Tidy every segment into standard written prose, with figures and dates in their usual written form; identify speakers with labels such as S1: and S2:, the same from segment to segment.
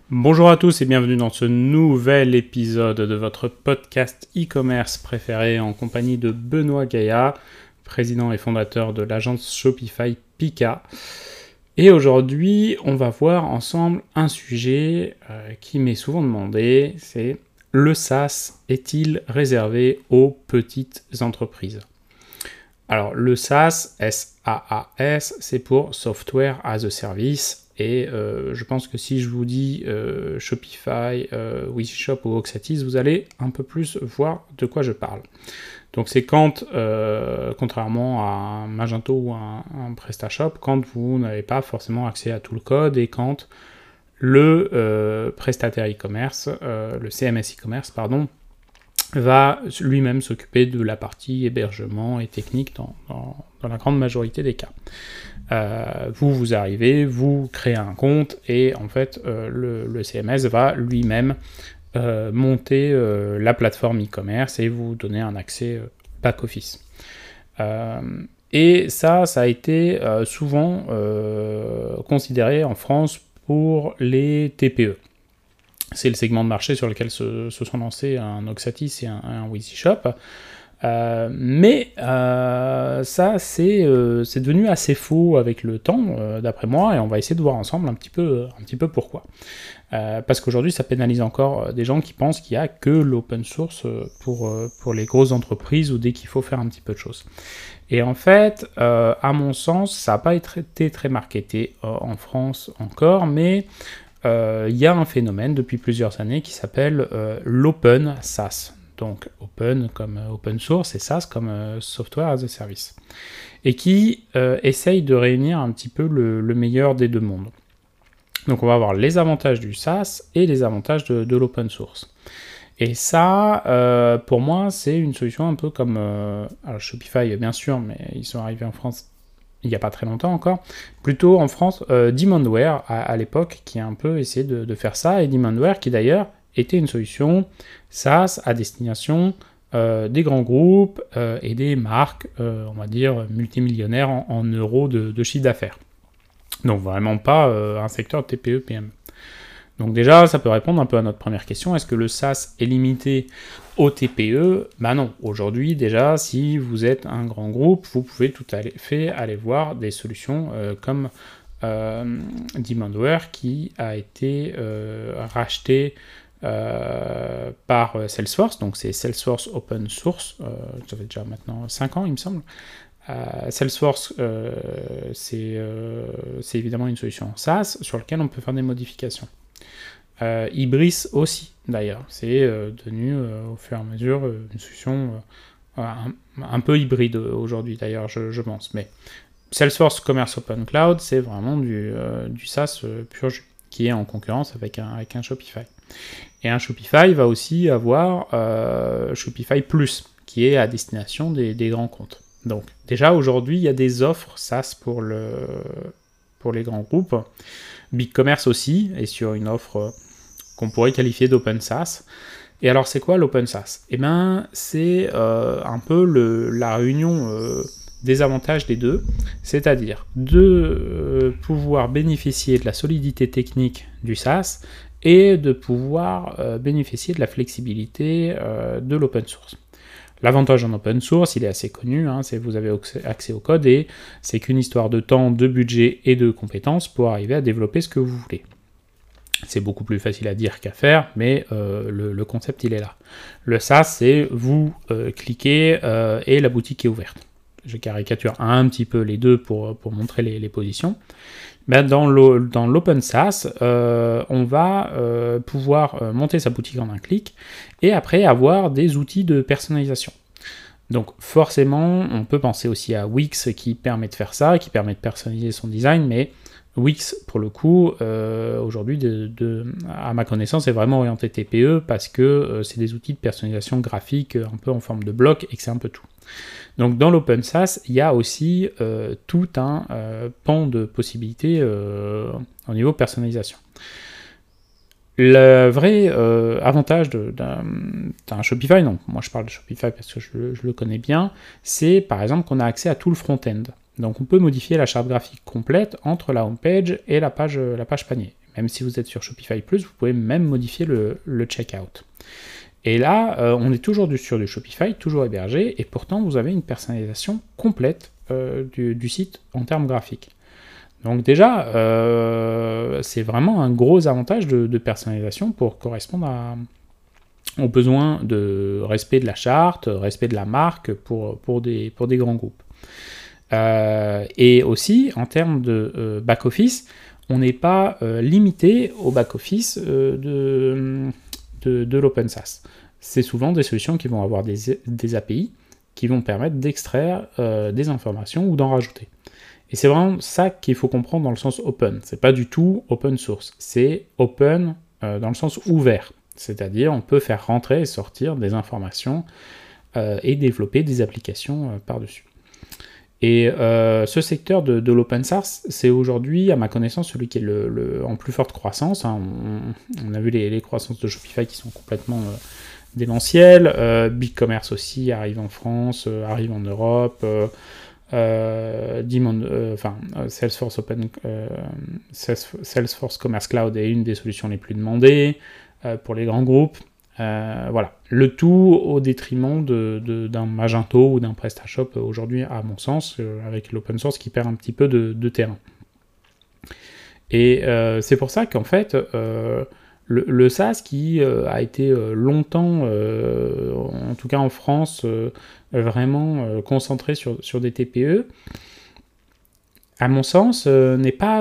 S1: Bonjour à tous et bienvenue dans ce nouvel épisode de votre podcast e-commerce préféré en compagnie de Benoît Gaillard, président et fondateur de l'agence Shopify Pika. Et aujourd'hui, on va voir ensemble un sujet qui m'est souvent demandé, c'est le SaaS est-il réservé aux petites entreprises ? Alors le SaaS, S-A-A-S, c'est pour Software as a Service. Et je pense que si je vous dis Shopify, Wishshop ou Oxatis, vous allez un peu plus voir de quoi je parle. Donc c'est quand, contrairement à un Magento ou un PrestaShop, quand vous n'avez pas forcément accès à tout le code et quand le prestataire e-commerce, le CMS e-commerce, pardon, va lui-même s'occuper de la partie hébergement et technique dans la grande majorité des cas. Vous arrivez, vous créez un compte et en fait le CMS va lui-même monter la plateforme e-commerce et vous donner un accès back-office. Et ça a été souvent considéré en France pour les TPE. C'est le segment de marché sur lequel se sont lancés un Oxatis et un Wishshop. Mais ça, c'est devenu assez faux avec le temps, d'après moi, et on va essayer de voir ensemble un petit peu pourquoi. Parce qu'aujourd'hui, ça pénalise encore des gens qui pensent qu'il n'y a que l'open source pour les grosses entreprises ou dès qu'il faut faire un petit peu de choses. Et en fait, à mon sens, ça n'a pas été très marketé en France encore, mais il y a un phénomène depuis plusieurs années qui s'appelle l'open SaaS. Donc open comme open source et SaaS comme software as a service. Et qui essaye de réunir un petit peu le meilleur des deux mondes. Donc on va avoir les avantages du SaaS et les avantages de l'open source. Et ça, pour moi, c'est une solution un peu comme... alors Shopify, bien sûr, mais ils sont arrivés en France il n'y a pas très longtemps encore, plutôt en France, Demandware à l'époque, qui a un peu essayé de faire ça, et Demandware qui d'ailleurs était une solution SaaS à destination des grands groupes et des marques, on va dire, multimillionnaires en euros de chiffre d'affaires. Donc vraiment pas un secteur TPE-PME. Donc déjà, ça peut répondre un peu à notre première question. Est-ce que le SaaS est limité au TPE ? Ben non. Aujourd'hui, déjà, si vous êtes un grand groupe, vous pouvez tout à fait aller voir des solutions comme Demandware qui a été racheté par Salesforce. Donc c'est Salesforce Open Source. Ça fait déjà maintenant 5 ans, il me semble. Salesforce, c'est évidemment une solution SaaS sur laquelle on peut faire des modifications. Ibris aussi, d'ailleurs. C'est devenu au fur et à mesure une solution un peu hybride aujourd'hui, d'ailleurs, je pense. Mais Salesforce Commerce Open Cloud, c'est vraiment du SaaS pur jus, qui est en concurrence avec un Shopify. Et un Shopify va aussi avoir Shopify Plus, qui est à destination des grands comptes. Donc, déjà, aujourd'hui, il y a des offres SaaS pour les grands groupes. BigCommerce aussi est sur une offre qu'on pourrait qualifier d'open SaaS. Et alors, c'est quoi l'open SaaS ? Eh bien, c'est un peu la réunion des avantages des deux, c'est-à-dire de pouvoir bénéficier de la solidité technique du SaaS et de pouvoir bénéficier de la flexibilité de l'open source. L'avantage en open source, il est assez connu, c'est que vous avez accès au code et c'est qu'une histoire de temps, de budget et de compétences pour arriver à développer ce que vous voulez. C'est beaucoup plus facile à dire qu'à faire, mais le concept, il est là. Le SaaS, c'est vous cliquez et la boutique est ouverte. Je caricature un petit peu les deux pour montrer les positions. Ben dans l'open SaaS, on va pouvoir monter sa boutique en un clic et après avoir des outils de personnalisation. Donc forcément, on peut penser aussi à Wix qui permet de faire ça, qui permet de personnaliser son design, mais Wix, pour le coup, aujourd'hui, à ma connaissance, est vraiment orienté TPE parce que c'est des outils de personnalisation graphique un peu en forme de bloc et que c'est un peu tout. Donc dans l'open SaaS, il y a aussi tout un pan de possibilités au niveau personnalisation. Le vrai avantage d'un Shopify, donc moi je parle de Shopify parce que je le connais bien, c'est par exemple qu'on a accès à tout le front-end. Donc on peut modifier la charte graphique complète entre la homepage et la page panier. même si vous êtes sur Shopify Plus, vous pouvez même modifier le checkout. Et là, on est toujours sur du Shopify, toujours hébergé, et pourtant vous avez une personnalisation complète du site en termes graphiques. Donc déjà, c'est vraiment un gros avantage de personnalisation pour correspondre aux besoins de respect de la charte, respect de la marque pour des grands groupes. Et aussi, en termes de back-office, on n'est pas limité au back-office de l'open SaaS. C'est souvent des solutions qui vont avoir des API qui vont permettre d'extraire des informations ou d'en rajouter. Et c'est vraiment ça qu'il faut comprendre dans le sens open. C'est pas du tout open source. C'est open dans le sens ouvert. C'est-à-dire on peut faire rentrer et sortir des informations et développer des applications par-dessus. Et ce secteur de l'open source, c'est aujourd'hui, à ma connaissance, celui qui est en plus forte croissance. Hein. On a vu les croissances de Shopify qui sont complètement démentielles. BigCommerce aussi arrive en France, arrive en Europe. Salesforce Commerce Cloud est une des solutions les plus demandées pour les grands groupes. Voilà, le tout au détriment d'un Magento ou d'un PrestaShop aujourd'hui, à mon sens, avec l'open source qui perd un petit peu de terrain. Et c'est pour ça qu'en fait, le SaaS qui a été longtemps, en tout cas en France, vraiment concentré sur des TPE, à mon sens, n'est pas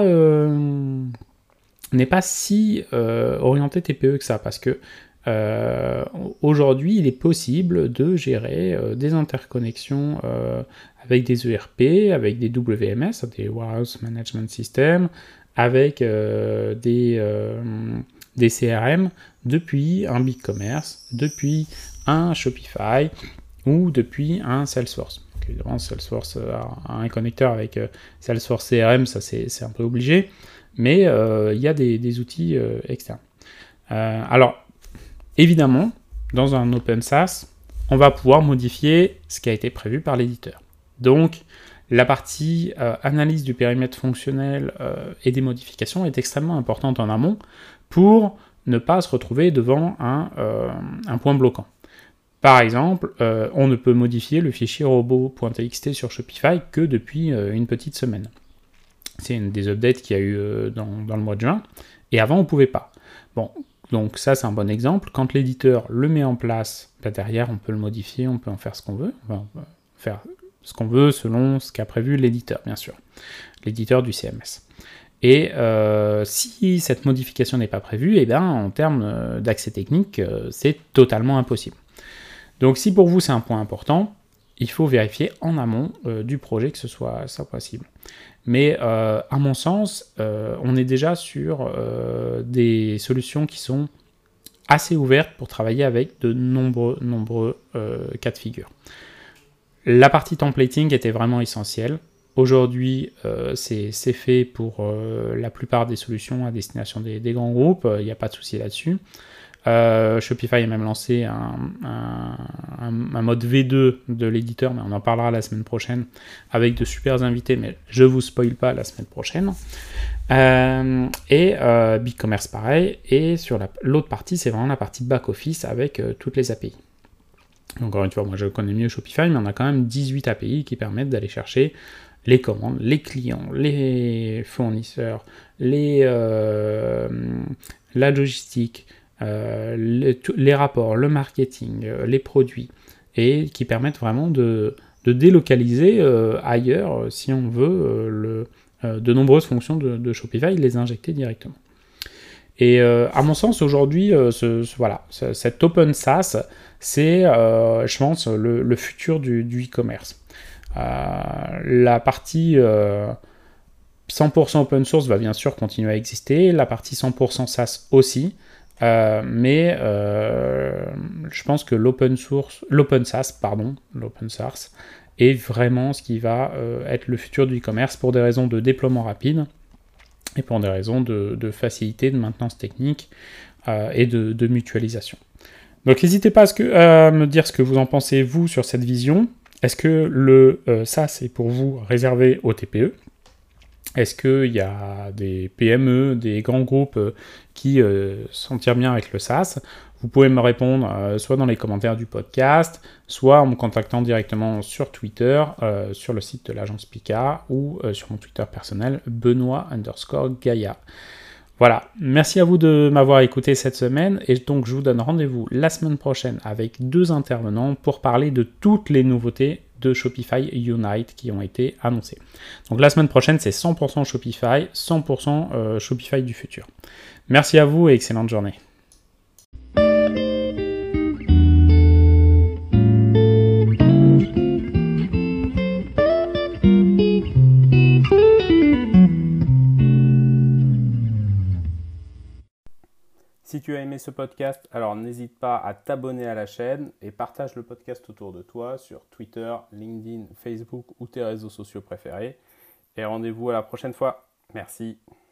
S1: si orienté TPE que ça, parce que aujourd'hui, il est possible de gérer des interconnexions avec des ERP, avec des WMS, des Warehouse Management System, avec des CRM depuis un BigCommerce, depuis un Shopify ou depuis un Salesforce. Donc, évidemment, Salesforce a un connecteur avec Salesforce CRM, ça c'est un peu obligé, mais il y a des outils externes. Alors, évidemment, dans un open SaaS, on va pouvoir modifier ce qui a été prévu par l'éditeur. Donc, la partie analyse du périmètre fonctionnel et des modifications est extrêmement importante en amont pour ne pas se retrouver devant un point bloquant. Par exemple, on ne peut modifier le fichier robot.txt sur Shopify que depuis une petite semaine. C'est une des updates qu'il y a eu dans le mois de juin, et avant on ne pouvait pas. Bon, donc ça c'est un bon exemple. Quand l'éditeur le met en place, derrière on peut le modifier, on peut en faire ce qu'on veut. Enfin, on peut faire ce qu'on veut selon ce qu'a prévu l'éditeur, bien sûr. L'éditeur du CMS. Et si cette modification n'est pas prévue, eh bien, en termes d'accès technique, c'est totalement impossible. Donc si pour vous c'est un point important, il faut vérifier en amont du projet que ce soit ça possible. Mais à mon sens, on est déjà sur des solutions qui sont assez ouvertes pour travailler avec de nombreux cas de figure. La partie templating était vraiment essentielle. Aujourd'hui, c'est fait pour la plupart des solutions à destination des grands groupes, il n'y a pas de souci là-dessus. Shopify a même lancé un mode V2 de l'éditeur, mais on en parlera la semaine prochaine, avec de super invités, mais je ne vous spoil pas la semaine prochaine. BigCommerce pareil, et sur l'autre partie, c'est vraiment la partie back-office avec toutes les API. Encore une fois, moi je connais mieux Shopify, mais on a quand même 18 API qui permettent d'aller chercher les commandes, les clients, les fournisseurs, la logistique, les rapports, le marketing, les produits, et qui permettent vraiment de délocaliser ailleurs, si on veut, de nombreuses fonctions de Shopify, les injecter directement. Et à mon sens, aujourd'hui, cet open SaaS, c'est, je pense, le futur du e-commerce. La partie 100% open source va bien sûr continuer à exister, la partie 100% SaaS aussi, mais je pense que l'open source est vraiment ce qui va être le futur du e-commerce pour des raisons de déploiement rapide et pour des raisons de facilité, de maintenance technique et de mutualisation. Donc n'hésitez pas à me dire ce que vous en pensez, vous, sur cette vision. Est-ce que le SaaS est pour vous réservé aux TPE? Est-ce qu'il y a des PME, des grands groupes qui s'en tirent bien avec le SaaS? Vous pouvez me répondre soit dans les commentaires du podcast, soit en me contactant directement sur Twitter, sur le site de l'agence Pika, ou sur mon Twitter personnel, Benoît_Gaïa. Voilà, merci à vous de m'avoir écouté cette semaine, et donc je vous donne rendez-vous la semaine prochaine avec 2 intervenants pour parler de toutes les nouveautés de Shopify Unite qui ont été annoncées. Donc la semaine prochaine, c'est 100% Shopify, 100% Shopify du futur. Merci à vous et excellente journée. Si tu as aimé ce podcast, alors n'hésite pas à t'abonner à la chaîne et partage le podcast autour de toi sur Twitter, LinkedIn, Facebook ou tes réseaux sociaux préférés. Et rendez-vous à la prochaine fois. Merci.